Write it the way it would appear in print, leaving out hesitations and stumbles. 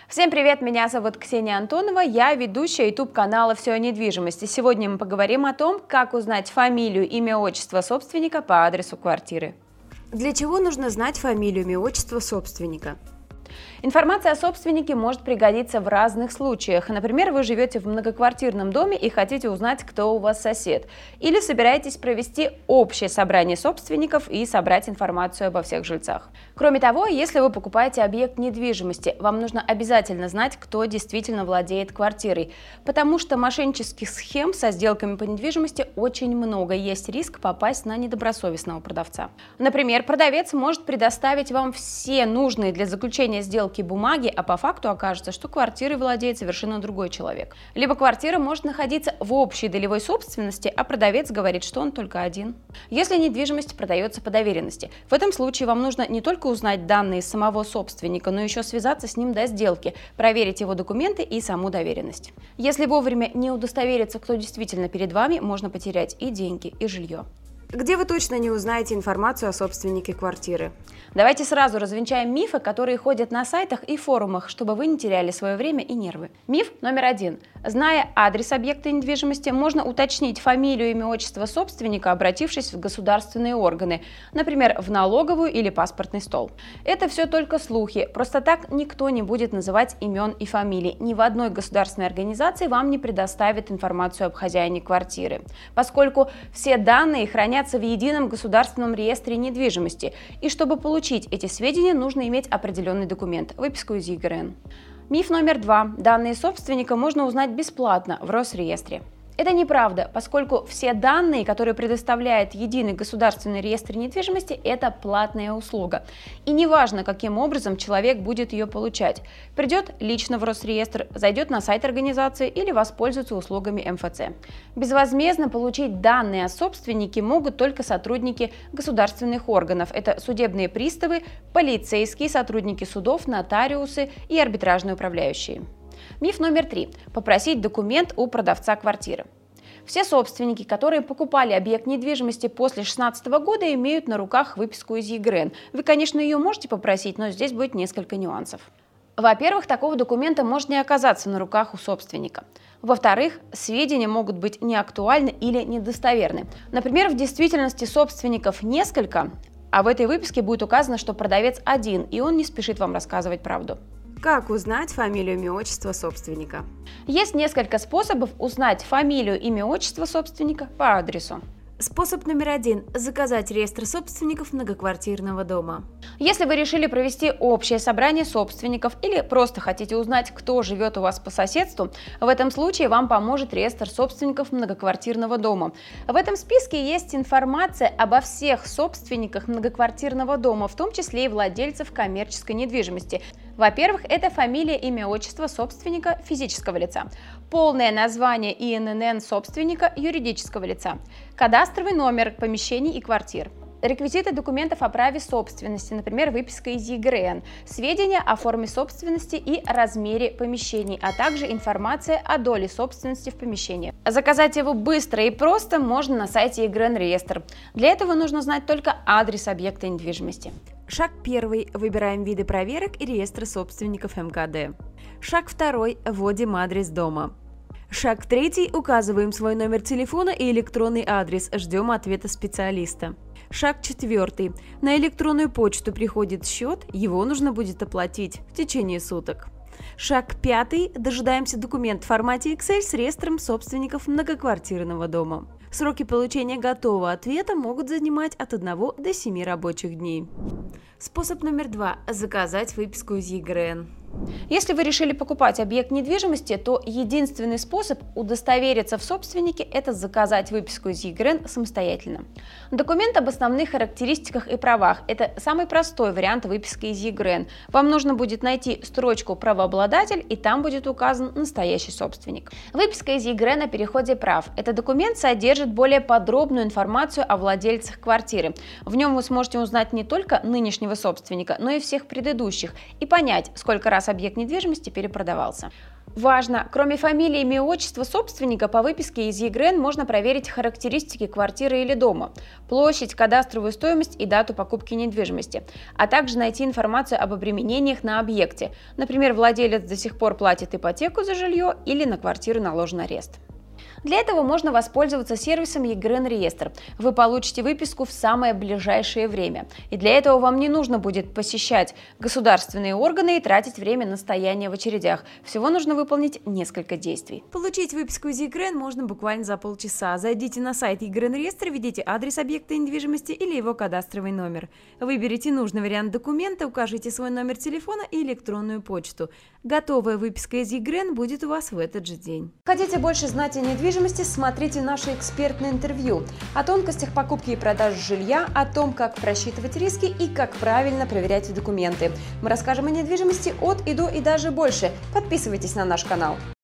Всем привет, меня зовут Ксения Антонова, я ведущая YouTube-канала «Все о недвижимости». Сегодня мы поговорим о том, как узнать фамилию, имя, отчество собственника по адресу квартиры. Для чего нужно знать фамилию, имя, отчество собственника? Информация о собственнике может пригодиться в разных случаях. Например, вы живете в многоквартирном доме и хотите узнать, кто у вас сосед. Или собираетесь провести общее собрание собственников и собрать информацию обо всех жильцах. Кроме того, если вы покупаете объект недвижимости, вам нужно обязательно знать, кто действительно владеет квартирой. Потому что мошеннических схем со сделками по недвижимости очень много. Есть риск попасть на недобросовестного продавца. Например, продавец может предоставить вам все нужные для заключения сделки бумаги, а по факту окажется, что квартирой владеет совершенно другой человек. Либо квартира может находиться в общей долевой собственности, а продавец говорит, что он только один. Если недвижимость продается по доверенности, в этом случае вам нужно не только узнать данные самого собственника, но еще связаться с ним до сделки, проверить его документы и саму доверенность. Если вовремя не удостовериться, кто действительно перед вами, можно потерять и деньги, и жилье. Где вы точно не узнаете информацию о собственнике квартиры? Давайте сразу развенчаем мифы, которые ходят на сайтах и форумах, чтобы вы не теряли свое время и нервы. Миф номер 1. Зная адрес объекта недвижимости, можно уточнить фамилию, имя, отчество собственника, обратившись в государственные органы, например, в налоговую или паспортный стол. Это все только слухи. Просто так никто не будет называть имен и фамилий. Ни в одной государственной организации вам не предоставят информацию об хозяине квартиры, поскольку все данные хранятся в едином государственном реестре недвижимости, и чтобы получить эти сведения, нужно иметь определенный документ – выписку из ЕГРН. Миф номер 2. Данные собственника можно узнать бесплатно в Росреестре. Это неправда, поскольку все данные, которые предоставляет единый государственный реестр недвижимости, это платная услуга. И неважно, каким образом человек будет ее получать. Придет лично в Росреестр, зайдет на сайт организации или воспользуется услугами МФЦ. Безвозмездно получить данные о собственнике могут только сотрудники государственных органов. Это судебные приставы, полицейские, сотрудники судов, нотариусы и арбитражные управляющие. Миф номер 3. Попросить документ у продавца квартиры. Все собственники, которые покупали объект недвижимости после 2016 года, имеют на руках выписку из ЕГРН. Вы, конечно, ее можете попросить, но здесь будет несколько нюансов. Во-первых, такого документа может не оказаться на руках у собственника. Во-вторых, сведения могут быть неактуальны или недостоверны. Например, в действительности собственников несколько, а в этой выписке будет указано, что продавец один, и он не спешит вам рассказывать правду. Как узнать фамилию, имя, отчество собственника? Есть несколько способов узнать фамилию, имя, отчество собственника по адресу. Способ номер 1 – заказать реестр собственников многоквартирного дома. Если вы решили провести общее собрание собственников или просто хотите узнать, кто живет у вас по соседству, в этом случае вам поможет реестр собственников многоквартирного дома. В этом списке есть информация обо всех собственниках многоквартирного дома, в том числе и владельцев коммерческой недвижимости. Во-первых, это фамилия, имя, отчество собственника физического лица, полное название ИНН собственника юридического лица, кадастровый номер помещений и квартир, реквизиты документов о праве собственности, например, выписка из ЕГРН, сведения о форме собственности и размере помещений, а также информация о доле собственности в помещении. Заказать его быстро и просто можно на сайте ЕГРН реестр. Для этого нужно знать только адрес объекта недвижимости. Шаг 1. Выбираем виды проверок и реестры собственников МКД. Шаг 2. Вводим адрес дома. Шаг 3. Указываем свой номер телефона и электронный адрес, ждем ответа специалиста. Шаг 4. На электронную почту приходит счет, его нужно будет оплатить в течение суток. Шаг 5. Дожидаемся документ в формате Excel с реестром собственников многоквартирного дома. Сроки получения готового ответа могут занимать от 1 до 7 рабочих дней. Способ номер 2 – заказать выписку из ЕГРН. Если вы решили покупать объект недвижимости, то единственный способ удостовериться в собственнике – это заказать выписку из ЕГРН самостоятельно. Документ об основных характеристиках и правах – это самый простой вариант выписки из ЕГРН. Вам нужно будет найти строчку «Правообладатель», и там будет указан настоящий собственник. Выписка из ЕГРН о переходе прав – это документ содержит более подробную информацию о владельцах квартиры. В нем вы сможете узнать не только нынешнего собственника, но и всех предыдущих и понять, сколько раз объект недвижимости перепродавался. Важно! Кроме фамилии, имя и отчества собственника, по выписке из ЕГРН можно проверить характеристики квартиры или дома, площадь, кадастровую стоимость и дату покупки недвижимости, а также найти информацию об обременениях на объекте. Например, владелец до сих пор платит ипотеку за жилье или на квартиру наложен арест. Для этого можно воспользоваться сервисом ЕГРН Реестр. Вы получите выписку в самое ближайшее время. И для этого вам не нужно будет посещать государственные органы и тратить время на стояние в очередях. Всего нужно выполнить несколько действий. Получить выписку из ЕГРН можно буквально за полчаса. Зайдите на сайт ЕГРН Реестр, введите адрес объекта недвижимости или его кадастровый номер. Выберите нужный вариант документа, укажите свой номер телефона и электронную почту. Готовая выписка из ЕГРН будет у вас в этот же день. Хотите больше знать о недвижимости? Смотрите наше экспертное интервью о тонкостях покупки и продажи жилья, о том, как просчитывать риски и как правильно проверять документы. Мы расскажем о недвижимости от и до и даже больше. Подписывайтесь на наш канал.